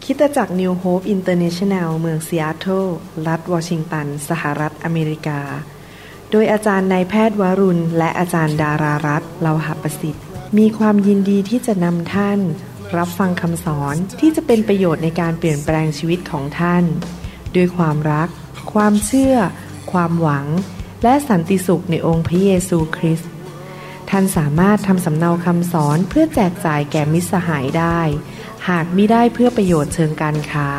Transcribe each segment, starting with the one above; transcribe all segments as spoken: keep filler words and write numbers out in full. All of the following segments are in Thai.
คริสตจักร New Hope International เมืองซีแอตเทิลรัฐวอชิงตันสหรัฐอเมริกาโดยอาจารย์นายแพทย์วรุณและอาจารย์ดารารัตน์เลาหประสิทธิ์มีความยินดีที่จะนำท่านรับฟังคำสอนที่จะเป็นประโยชน์ในการเปลี่ยนแปลงชีวิตของท่านด้วยความรักความเชื่อความหวังและสันติสุขในองค์พระเยซูคริสต์ท่านสามารถทำสำเนาคำสอนเพื่อแจกจ่ายแก่มิตรสหายได้หากมิได้เพื่อประโยชน์เชิงการค้า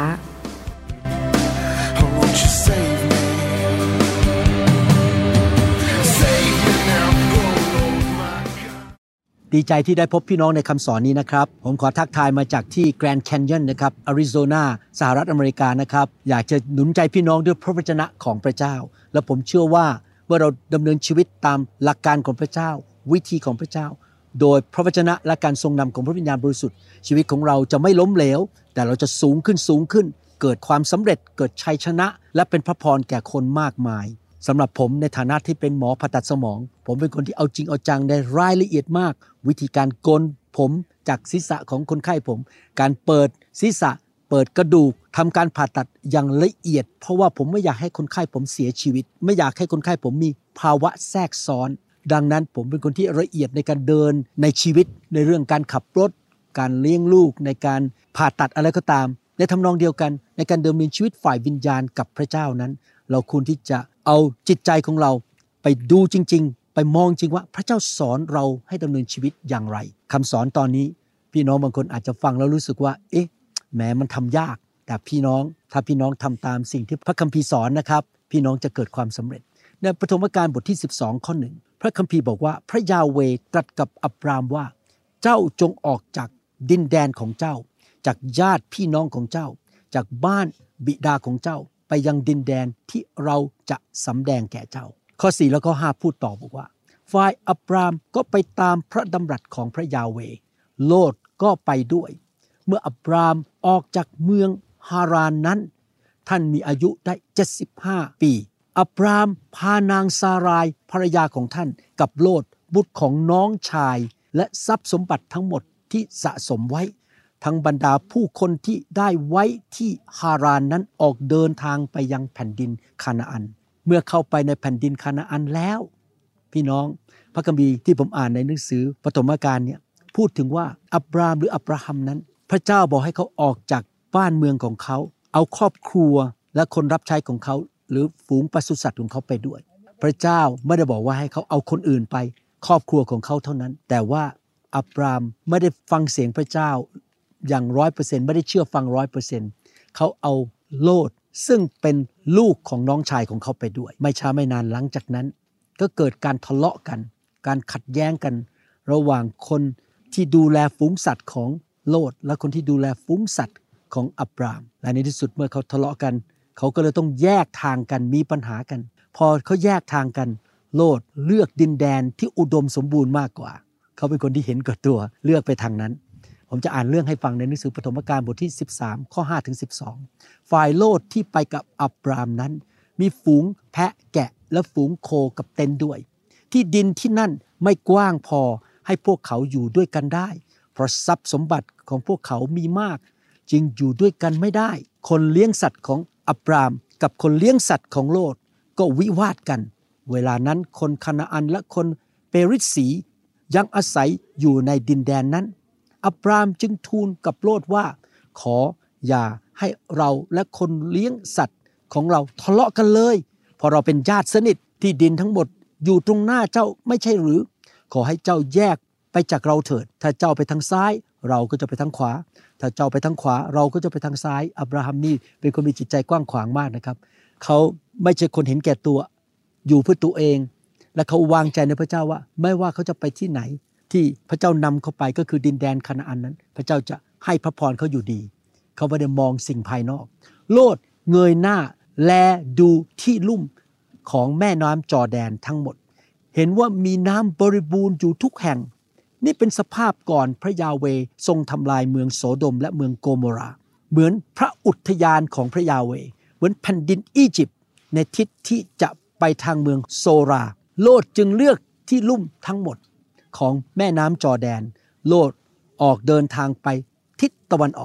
ดีใจที่ได้พบพี่น้องในคำสอนนี้นะครับผมขอทักทายมาจากที่แกรนด์แคนยอนนะครับอาริโซนาสหรัฐอเมริกานะครับอยากจะหนุนใจพี่น้องด้วยพระวจนะของพระเจ้าและผมเชื่อว่าเมื่อเราดำเนินชีวิตตามหลักการของพระเจ้าวิธีของพระเจ้าโดยพระวจนะและการทรงนำของพระวิญญาณบริสุทธิ์ชีวิตของเราจะไม่ล้มเหลวแต่เราจะสูงขึ้นสูงขึ้นเกิดความสำเร็จเกิดชัยชนะและเป็นพระพรแก่คนมากมายสำหรับผมในฐานะที่เป็นหมอผ่าตัดสมองผมเป็นคนที่เอาจริงเอาจังในรายละเอียดมากวิธีการโกนผมจากศีรษะของคนไข้ผมการเปิดศีรษะเปิดกระดูกทำการผ่าตัดอย่างละเอียดเพราะว่าผมไม่อยากให้คนไข้ผมเสียชีวิตไม่อยากให้คนไข้ผมมีภาวะแทรกซ้อนดังนั้นผมเป็นคนที่ละเอียดในการเดินในชีวิตในเรื่องการขับรถการเลี้ยงลูกในการผ่าตัดอะไรก็ตามในทำนองเดียวกันในการดำเนินชีวิตฝ่ายวิญญาณกับพระเจ้านั้นเราควรที่จะเอาจิตใจของเราไปดูจริงๆไปมองจริงว่าพระเจ้าสอนเราให้ดำเนินชีวิตอย่างไรคำสอนตอนนี้พี่น้องบางคนอาจจะฟังแล้วรู้สึกว่าเอ๊ะแหมมันทำยากแต่พี่น้องถ้าพี่น้องทำตามสิ่งที่พระคัมภีร์สอนนะครับพี่น้องจะเกิดความสำเร็จในปฐมกาลบทที่สิบสองข้อหนึ่งพระคัมภีร์บอกว่าพระยาเวห์ตรัสกับอับรามว่าเจ้าจงออกจากดินแดนของเจ้าจากญาติพี่น้องของเจ้าจากบ้านบิดาของเจ้าไปยังดินแดนที่เราจะสำแดงแก่เจ้าข้อสี่แล้วก็ห้าพูดต่อบอกว่าฝ่ายอับรามก็ไปตามพระดำรัสของพระยาเวห์โลดก็ไปด้วยเมื่ออับรามออกจากเมืองฮารานนั้นท่านมีอายุได้เจ็ดสิบห้าปีอับรามพานางซารายภรรยาของท่านกับโลดบุตรของน้องชายและทรัพย์สมบัติทั้งหมดที่สะสมไว้ทั้งบรรดาผู้คนที่ได้ไว้ที่ฮารานนั้นออกเดินทางไปยังแผ่นดินคานาอันเมื่อเข้าไปในแผ่นดินคานาอันแล้วพี่น้องพระคัมภีร์ที่ผมอ่านในหนังสือปฐมกาลเนี่ยพูดถึงว่าอับรามหรืออับราฮัมนั้นพระเจ้าบอกให้เขาออกจากบ้านเมืองของเขาเอาครอบครัวและคนรับใช้ของเขาหรือฝูงปศุสัตว์ของเขาไปด้วยพระเจ้าไม่ได้บอกว่าให้เขาเอาคนอื่นไปครอบครัวของเขาเท่านั้นแต่ว่าอับรามไม่ได้ฟังเสียงพระเจ้าอย่าง ร้อยเปอร์เซ็นต์ ไม่ได้เชื่อฟัง ร้อยเปอร์เซ็นต์ เขาเอาโลดซึ่งเป็นลูกของน้องชายของเขาไปด้วยไม่ช้าไม่นานหลังจากนั้นก็เกิดการทะเลาะกันการขัดแย้งกันระหว่างคนที่ดูแลฝูงสัตว์ของโลดและคนที่ดูแลฝูงสัตว์ของอับรามและในที่สุดเมื่อเขาทะเลาะกันเขาก็เลยต้องแยกทางกันมีปัญหากันพอเขาแยกทางกันโลดเลือกดินแดนที่อุดมสมบูรณ์มากกว่าเขาเป็นคนที่เห็นแก่ตัวเลือกไปทางนั้นผมจะอ่านเรื่องให้ฟังในหนังสือปฐมกาลบทที่สิบสามข้อห้าถึงสิบสองฝ่ายโลดที่ไปกับอับรามนั้นมีฝูงแพะแกะและฝูงโคกับเต็นท์ด้วยที่ดินที่นั่นไม่กว้างพอให้พวกเขาอยู่ด้วยกันได้เพราะทรัพย์สมบัติของพวกเขามีมากจึงอยู่ด้วยกันไม่ได้คนเลี้ยงสัตว์ของอับรามกับคนเลี้ยงสัตว์ของโลดก็วิวาทกันเวลานั้นคนคานาอันและคนเปริสียังอาศัยอยู่ในดินแดนนั้นอับรามจึงทูลกับโลดว่าขออย่าให้เราและคนเลี้ยงสัตว์ของเราทะเลาะกันเลยเพราะเราเป็นญาติสนิทที่ดินทั้งหมดอยู่ตรงหน้าเจ้าไม่ใช่หรือขอให้เจ้าแยกไปจากเราเถิดถ้าเจ้าไปทางซ้ายเราก็จะไปทางขวาถ้าเจ้าไปทางขวาเราก็จะไปทางซ้ายอับราฮัมนี่เป็นคนมีจิตใจกว้างขวางมากนะครับเขาไม่ใช่คนเห็นแก่ตัวอยู่เพื่อตัวเองและเขาวางใจในพระเจ้าว่าไม่ว่าเขาจะไปที่ไหนที่พระเจ้านำเขาไปก็คือดินแดนคานาอันนั้นพระเจ้าจะให้พระพรเขาอยู่ดีเขาไม่ได้มองสิ่งภายนอกโลดเงยหน้าแลดูที่ลุ่มของแม่น้ำจอร์แดนทั้งหมดเห็นว่ามีน้ำบริบูรณ์อยู่ทุกแห่งนี่เป็นสภาพก่อนพระยาเวห์ทรงทำลายเมืองโสโดมและเมืองโกโมราเหมือนพระอุทยานของพระยาเวห์เหมือนแผ่นดินอียิปต์ในทิศที่จะไปทางเมืองโซราโลดจึงเลือกที่ลุ่มทั้งหมดของแม่น้ำจอร์แดนโลดออกเดินทางไปทิศตะวันออก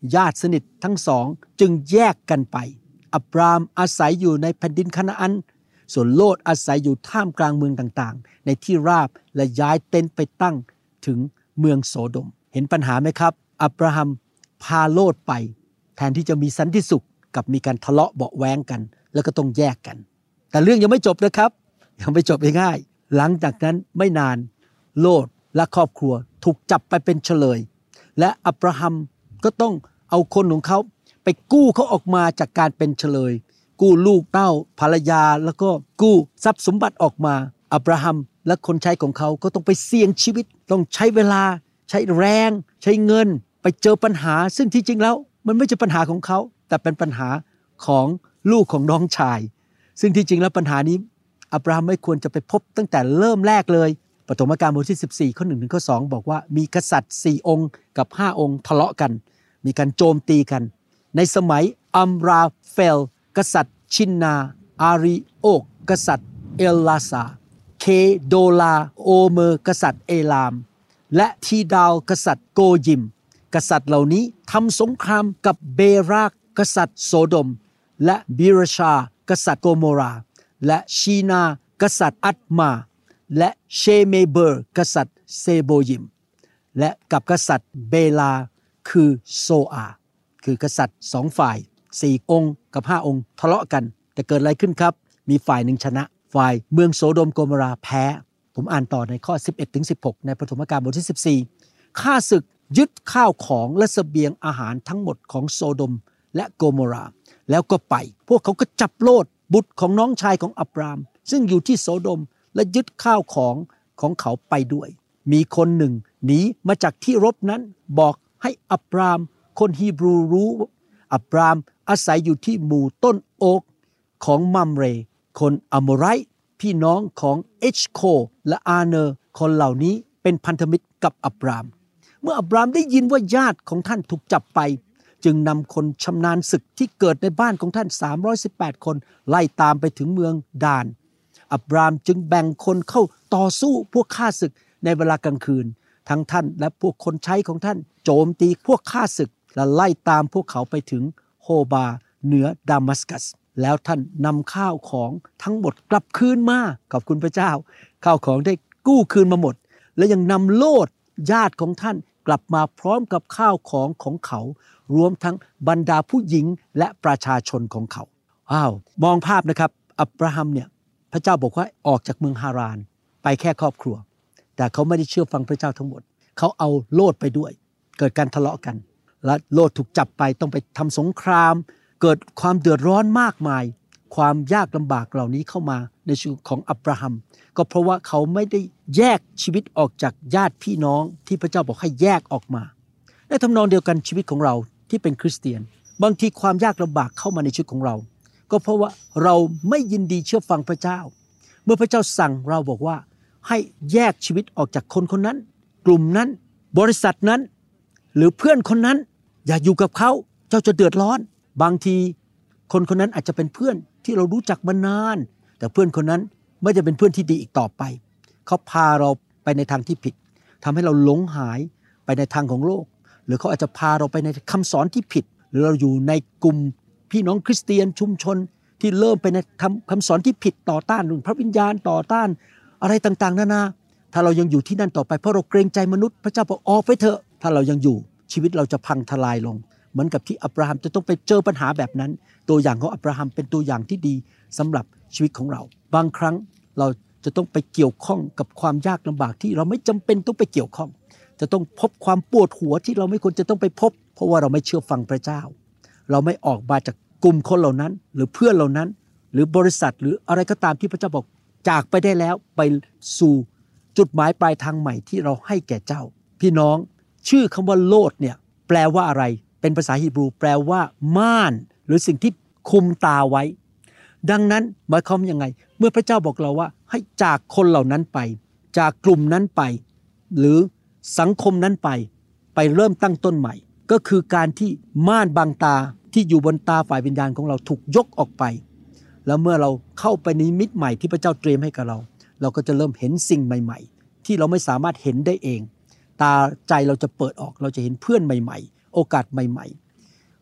ญาติสนิททั้งสองจึงแยกกันไปอับรามอาศัยอยู่ในแผ่นดินคานาอันส่วนโลดอาศัยอยู่ท่ามกลางเมืองต่างๆในที่ราบและย้ายเต็นท์ไปตั้งถึงเมืองโสโดมเห็นปัญหาไหมครับอับราฮัมพาโลดไปแทนที่จะมีสันติสุขกับมีการทะเลาะเบาะแว้งกันแล้วก็ต้องแยกกันแต่เรื่องยังไม่จบนะครับยังไม่จบง่ายๆหลังจากนั้นไม่นานโลดและครอบครัวถูกจับไปเป็นเฉลยและอับราฮัมก็ต้องเอาคนของเขาไปกู้เขาออกมาจากการเป็นเฉลยกู้ลูกเต้าภรรยาแล้วก็กู้ทรัพย์สมบัติออกมาอับราฮัมและคนใช้ของเขาก็ต้องไปเสี่ยงชีวิตต้องใช้เวลาใช้แรงใช้เงินไปเจอปัญหาซึ่งที่จริงแล้วมันไม่ใช่ปัญหาของเขาแต่เป็นปัญหาของลูกของน้องชายซึ่งที่จริงแล้วปัญหานี้อับราฮัมไม่ควรจะไปพบตั้งแต่เริ่มแรกเลยปฐมกาลบทที่สิบสี่ข้อหนึ่งถึงข้อสองบอกว่ามีกษัตริย์สี่องค์กับห้าองค์ทะเลาะกันมีการโจมตีกันในสมัยอัมราเฟลกษัตริย์ชินนาอาริโอกกษัตริย์เอลลาซาเคโดลาโอเมอร์กษัตริย์เอลามและทีดาวกษัตริย์โกยิมกษัตริย์เหล่านี้ทำสงครามกับเบรากกษัตริย์โซโดมและบิรชากษัตริย์โกโมราและชีนากษัตริย์อัดมาและเชเมเบอร์กษัตริย์เซโบยิมและกับกษัตริย์เบลาคือโซอาคือกษัตริย์สองฝ่ายสี่องค์กับห้าองค์ทะเลาะกันแต่เกิดอะไรขึ้นครับมีฝ่ายหนึ่งชนะฝ่ายเมืองโสโดมโกโมราแพ้ผมอ่านต่อในข้อ สิบเอ็ดถึงสิบหก ในปฐมกาลบทที่สิบสี่ข้าศึกยึดข้าวของและเสบียงอาหารทั้งหมดของโซโดมและโกโมราแล้วก็ไปพวกเขาก็จับโลดบุตรของน้องชายของอับรามซึ่งอยู่ที่โสโดมและยึดข้าวของของเขาไปด้วยมีคนหนึ่งหนีมาจากที่รบนั้นบอกให้อับรามคนฮีบรูรู้อับรามอาศัยอยู่ที่หมู่ต้นโอ๊กของมัมเรคนอโมไรต์พี่น้องของเอชโคและอาเนอร์คนเหล่านี้เป็นพันธมิตรกับอับรามเมื่ออับรามได้ยินว่าญาติของท่านถูกจับไปจึงนำคนชำนาญศึกที่เกิดในบ้านของท่านสามร้อยสิบแปดคนไล่ตามไปถึงเมืองดานอับรามจึงแบ่งคนเข้าต่อสู้พวกข้าศึกในเวลากลางคืนทั้งท่านและพวกคนใช้ของท่านโจมตีพวกข้าศึกและไล่ตามพวกเขาไปถึงโฮบาเหนือดามัสกัสแล้วท่านนำข้าวของทั้งหมดกลับคืนมาขอบคุณพระเจ้าข้าวของได้กู้คืนมาหมดและยังนำโลดญาติของท่านกลับมาพร้อมกับข้าวของของเขารวมทั้งบรรดาผู้หญิงและประชาชนของเขาอ้าวมองภาพนะครับอับราฮัมเนี่ยพระเจ้าบอกว่าออกจากเมืองฮารานไปแค่ครอบครัวแต่เขาไม่ได้เชื่อฟังพระเจ้าทั้งหมดเขาเอาโลดไปด้วยเกิดการทะเลาะกันและโลดถูกจับไปต้องไปทำสงครามเกิดความเดือดร้อนมากมายความยากลำบากเหล่านี้เข้ามาในชีวิตของอับราฮัมก็เพราะว่าเขาไม่ได้แยกชีวิตออกจากญาติพี่น้องที่พระเจ้าบอกให้แยกออกมาในทำนองเดียวกันชีวิตของเราที่เป็นคริสเตียนบางทีความยากลำบากเข้ามาในชีวิตของเราก็เพราะว่าเราไม่ยินดีเชื่อฟังพระเจ้าเมื่อพระเจ้าสั่งเราบอกว่าให้แยกชีวิตออกจากคนคนนั้นกลุ่มนั้นบริษัทนั้นหรือเพื่อนคนนั้นอย่าอยู่กับเขาเจ้าจะเดือดร้อนบางทีคนคนนั้นอาจจะเป็นเพื่อนที่เรารู้จักมานานแต่เพื่อนคนนั้นไม่จะเป็นเพื่อนที่ดีอีกต่อไปเขาพาเราไปในทางที่ผิดทำให้เราหลงหายไปในทางของโลกหรือเขาอาจจะพาเราไปในคำสอนที่ผิดหรือเราอยู่ในกลุ่มพี่น้องคริสเตียนชุมชนที่เริ่มไปในคำสอนที่ผิดต่อต้านพระวิญญาณต่อต้านอะไรต่างๆนานาถ้าเรายังอยู่ที่นั่นต่อไปเพราะเราเกรงใจมนุษย์พระเจ้าบอกออกไปเถอะถ้าเรายังอยู่ชีวิตเราจะพังทลายลงเหมือนกับที่อับราฮัมจะต้องไปเจอปัญหาแบบนั้นตัวอย่างของอับราฮัมเป็นตัวอย่างที่ดีสำหรับชีวิตของเราบางครั้งเราจะต้องไปเกี่ยวข้องกับความยากลำบากที่เราไม่จำเป็นต้องไปเกี่ยวข้องจะต้องพบความปวดหัวที่เราไม่ควรจะต้องไปพบเพราะว่าเราไม่เชื่อฟังพระเจ้าเราไม่ออกมาจากกลุ่มคนเหล่านั้นหรือเพื่อนเหล่านั้นหรือบริษัทหรืออะไรก็ตามที่พระเจ้าบอกจากไปได้แล้วไปสู่จุดหมายปลายทางใหม่ที่เราให้แก่เจ้าพี่น้องชื่อคำว่าโลดเนี่ยแปลว่าอะไรเป็นภาษาฮีบรูแปลว่าม่านหรือสิ่งที่คุมตาไว้ดังนั้นหมายความยังไงเมื่อพระเจ้าบอกเราว่าให้จากคนเหล่านั้นไปจากกลุ่มนั้นไปหรือสังคมนั้นไปไปเริ่มตั้งต้นใหม่ก็คือการที่ม่านบังตาที่อยู่บนตาฝ่ายวิญญาณของเราถูกยกออกไปแล้วเมื่อเราเข้าไปในมิตใหม่ที่พระเจ้าเตรียมให้กับเราเราก็จะเริ่มเห็นสิ่งใหม่ๆที่เราไม่สามารถเห็นได้เองตาใจเราจะเปิดออกเราจะเห็นเพื่อนใหม่ๆโอกาสใหม่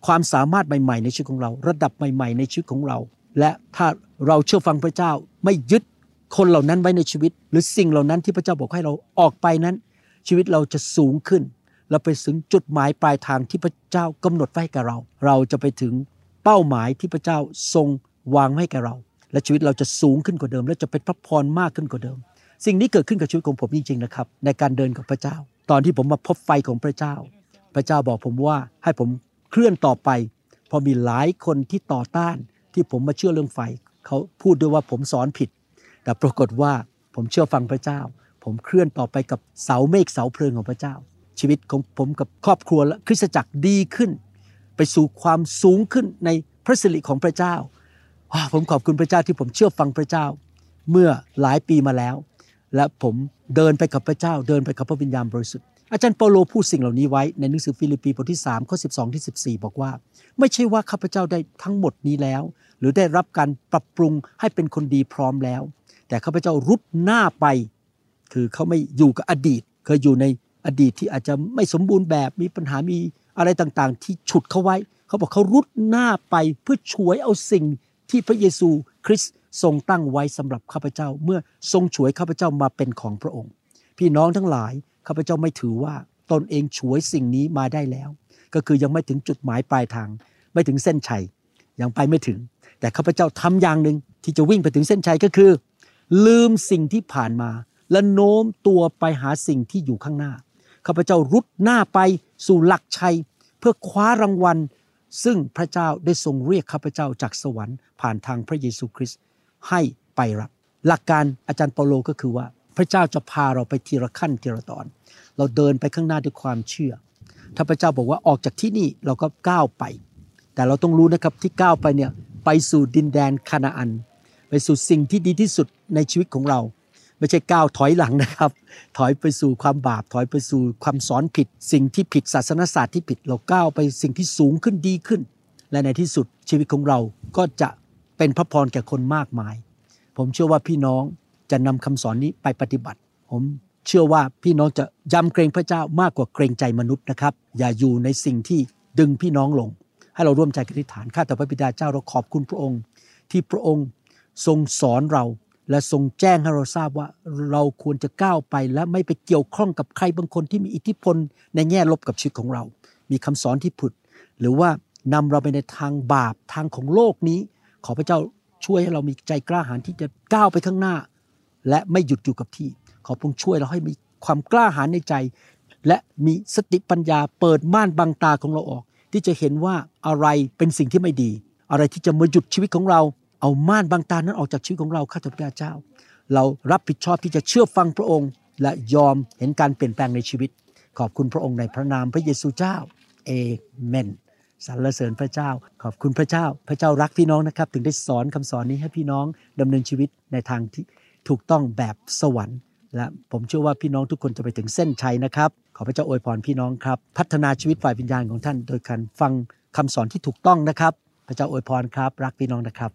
ความสามารถใหม่ๆในชีวิตของเราระดับใหม่ๆในชีวิตของเราและถ้าเราเชื่อฟังพระเจ้าไม่ยึดคนเหล่านั้นไว้ในชีวิตหรือสิ่งเหล่านั้นที่พระเจ้าบอกให้เราออกไปนั้นชีวิตเราจะสูงขึ้นเราไปถึงจุดหมายปลายทางที่พระเจ้ากำหนดไว้ให้กับเราเราจะไปถึงเป้าหมายที่พระเจ้าทรงวางให้กับเราและชีวิตเราจะสูงขึ้นกว่าเดิมและจะเป็นพระพรมากขึ้นกว่าเดิมสิ่งนี้เกิดขึ้นกับชีวิตของผมจริงๆนะครับในการเดินกับพระเจ้าตอนที่ผมมาพบไฟของพระเจ้าพระเจ้าบอกผมว่าให้ผมเคลื่อนต่อไปพอมีหลายคนที่ต่อต้านที่ผมมาเชื่อเรื่องไฟเขาพูดด้วยว่าผมสอนผิดแต่ปรากฏว่าผมเชื่อฟังพระเจ้าผมเคลื่อนต่อไปกับเสาเมฆเสาเพลิงของพระเจ้าชีวิตของผมกับครอบครัวและคริสตจักรดีขึ้นไปสู่ความสูงขึ้นในพระสิริของพระเจ้าผมขอบคุณพระเจ้าที่ผมเชื่อฟังพระเจ้าเมื่อหลายปีมาแล้วและผมเดินไปกับพระเจ้าเดินไปกับพระวิญญาณบริสุทธิ์อาจารย์เปาโลพูดสิ่งเหล่านี้ไว้ในหนังสือฟิลิปปีบทที่สามข้อสิบสองถึงสิบสี่บอกว่าไม่ใช่ว่าข้าพเจ้าได้ทั้งหมดนี้แล้วหรือได้รับการปรับปรุงให้เป็นคนดีพร้อมแล้วแต่ข้าพเจ้ารุดหน้าไปคือเขาไม่อยู่กับอดีตเคยอยู่ในอดีตที่อาจจะไม่สมบูรณ์แบบมีปัญหามีอะไรต่างๆที่ฉุดเขาไว้เขาบอกเขารุดหน้าไปเพื่อฉวยเอาสิ่งที่พระเยซูคริสต์ทรงตั้งไว้สำหรับข้าพเจ้าเมื่อทรงฉวยข้าพเจ้ามาเป็นของพระองค์พี่น้องทั้งหลายข้าพเจ้าไม่ถือว่าตนเองฉวยสิ่งนี้มาได้แล้วก็คือยังไม่ถึงจุดหมายปลายทางไม่ถึงเส้นชัยยังไปไม่ถึงแต่ข้าพเจ้าทำอย่างหนึ่งที่จะวิ่งไปถึงเส้นชัยก็คือลืมสิ่งที่ผ่านมาและโน้มตัวไปหาสิ่งที่อยู่ข้างหน้าข้าพเจ้ารุดหน้าไปสู่หลักชัยเพื่อคว้ารางวัลซึ่งพระเจ้าได้ทรงเรียกข้าพเจ้าจากสวรรค์ผ่านทางพระเยซูคริสต์ให้ไปรับหลักการอาจารย์เปาโลก็คือว่าพระเจ้าจะพาเราไปทีละขั้นทีละตอนเราเดินไปข้างหน้าด้วยความเชื่อถ้าพระเจ้าบอกว่าออกจากที่นี่เราก็ก้าวไปแต่เราต้องรู้นะครับที่ก้าวไปเนี่ยไปสู่ดินแดนคานาอันไปสู่สิ่งที่ดีที่สุดในชีวิตของเราไม่ใช่ก้าวถอยหลังนะครับถอยไปสู่ความบาปถอยไปสู่ความสอนผิดสิ่งที่ผิดศาสนศาสตร์ที่ผิดเราก้าวไปสิ่งที่สูงขึ้นดีขึ้นและในที่สุดชีวิตของเราก็จะเป็นพระพรแก่คนมากมายผมเชื่อว่าพี่น้องจะนำคำสอนนี้ไปปฏิบัติผมเชื่อว่าพี่น้องจะยำเกรงพระเจ้ามากกว่าเกรงใจมนุษย์นะครับอย่าอยู่ในสิ่งที่ดึงพี่น้องลงให้เราร่วมใจกันอธิษฐานข้าแต่พระบิดาเจ้าเราขอบคุณพระองค์ที่พระองค์ทรงสอนเราและทรงแจ้งให้เราทราบว่าเราควรจะก้าวไปและไม่ไปเกี่ยวข้องกับใครบางคนที่มีอิทธิพลในแง่ลบกับชีวิตของเรามีคำสอนที่ผุดหรือว่านำเราไปในทางบาปทางของโลกนี้ขอพระเจ้าช่วยให้เรามีใจกล้าหาญที่จะก้าวไปข้างหน้าและไม่หยุดอยู่กับที่ขอพระองค์ช่วยเราให้มีความกล้าหาญในใจและมีสติปัญญาเปิดม่านบังตาของเราออกที่จะเห็นว่าอะไรเป็นสิ่งที่ไม่ดีอะไรที่จะมาหยุดชีวิตของเราเอาม่านบังตานั้นออกจากชีวิตของเราข้าแต่พระเจ้าเรารับผิดชอบที่จะเชื่อฟังพระองค์และยอมเห็นการเปลี่ยนแปลงในชีวิตขอบคุณพระองค์ในพระนามพระเยซูเจ้าเอเมนสรรเสริญพระเจ้าขอบคุณพระเจ้าพระเจ้ารักพี่น้องนะครับถึงได้สอนคำสอนนี้ให้พี่น้องดำเนินชีวิตในทางที่ถูกต้องแบบสวรรค์และผมเชื่อว่าพี่น้องทุกคนจะไปถึงเส้นชัยนะครับขอพระเจ้าอวยพรพี่น้องครับพัฒนาชีวิตฝ่ายวิญญาณของท่านโดยการฟังคำสอนที่ถูกต้องนะครับพระเจ้าอวยพรครับรักพี่น้องนะครับ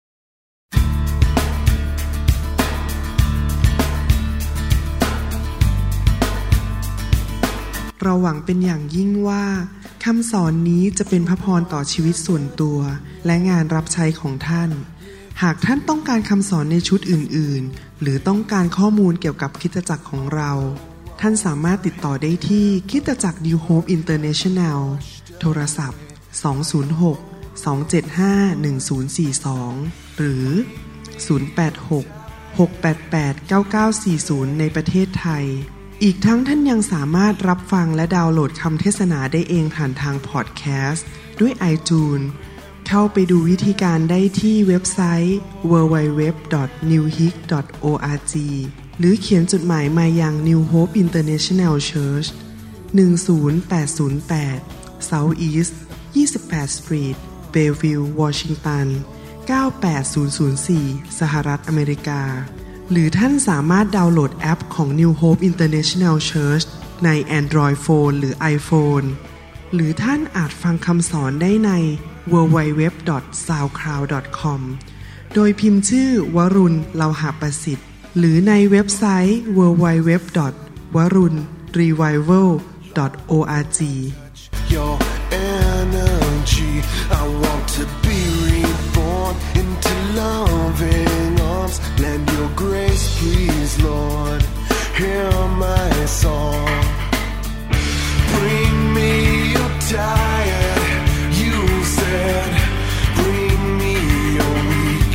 เราหวังเป็นอย่างยิ่งว่าคำสอนนี้จะเป็นพระพรต่อชีวิตส่วนตัวและงานรับใช้ของท่านหากท่านต้องการคำสอนในชุดอื่นๆหรือต้องการข้อมูลเกี่ยวกับคริสตจักรของเราท่านสามารถติดต่อได้ที่คริสตจักร New Hope International โทรศัพท์สอง ศูนย์ หก สอง เจ็ด ห้า หนึ่ง ศูนย์ สี่ สองหรือศูนย์ แปด หก หก แปด แปด เก้า เก้า สี่ ศูนย์ในประเทศไทยอีกทั้งท่านยังสามารถรับฟังและดาวน์โหลดคำเทศนาได้เองผ่านทางพอดแคสต์ด้วย iTunes เข้าไปดูวิธีการได้ที่เว็บไซต์ ดับเบิลยู ดับเบิลยู ดับเบิลยู ดอท นิว ฮิก ดอท โอ อาร์ จี หรือเขียนจดหมายมายัง New Hope International Church หนึ่ง ศูนย์ แปด ศูนย์ แปด South East ยี่สิบแปด Street Bellevue Washington เก้า แปด ศูนย์ ศูนย์ สี่ สหรัฐอเมริกาหรือท่านสามารถดาวน์โหลดแอปของ New Hope International Church ใน Android Phone หรือ iPhone หรือท่านอาจฟังคำสอนได้ใน ดับเบิลยู ดับเบิลยู ดับเบิลยู ดอท ซาวด์คลาวด์ ดอท คอม โดยพิมพ์ชื่อวรุณ เลาหะประสิทธิ์หรือในเว็บไซต์ ดับเบิลยู ดับเบิลยู ดับเบิลยู ดอท วรุณ รีไววัล ดอท โอ อาร์ จี I want to be reborn into loving arms. Lend your grace, please, Lord. Hear my song. Bring me your tired, you said. Bring me your weak.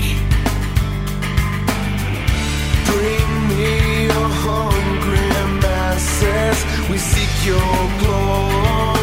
Bring me your hungry masses. We seek your glory.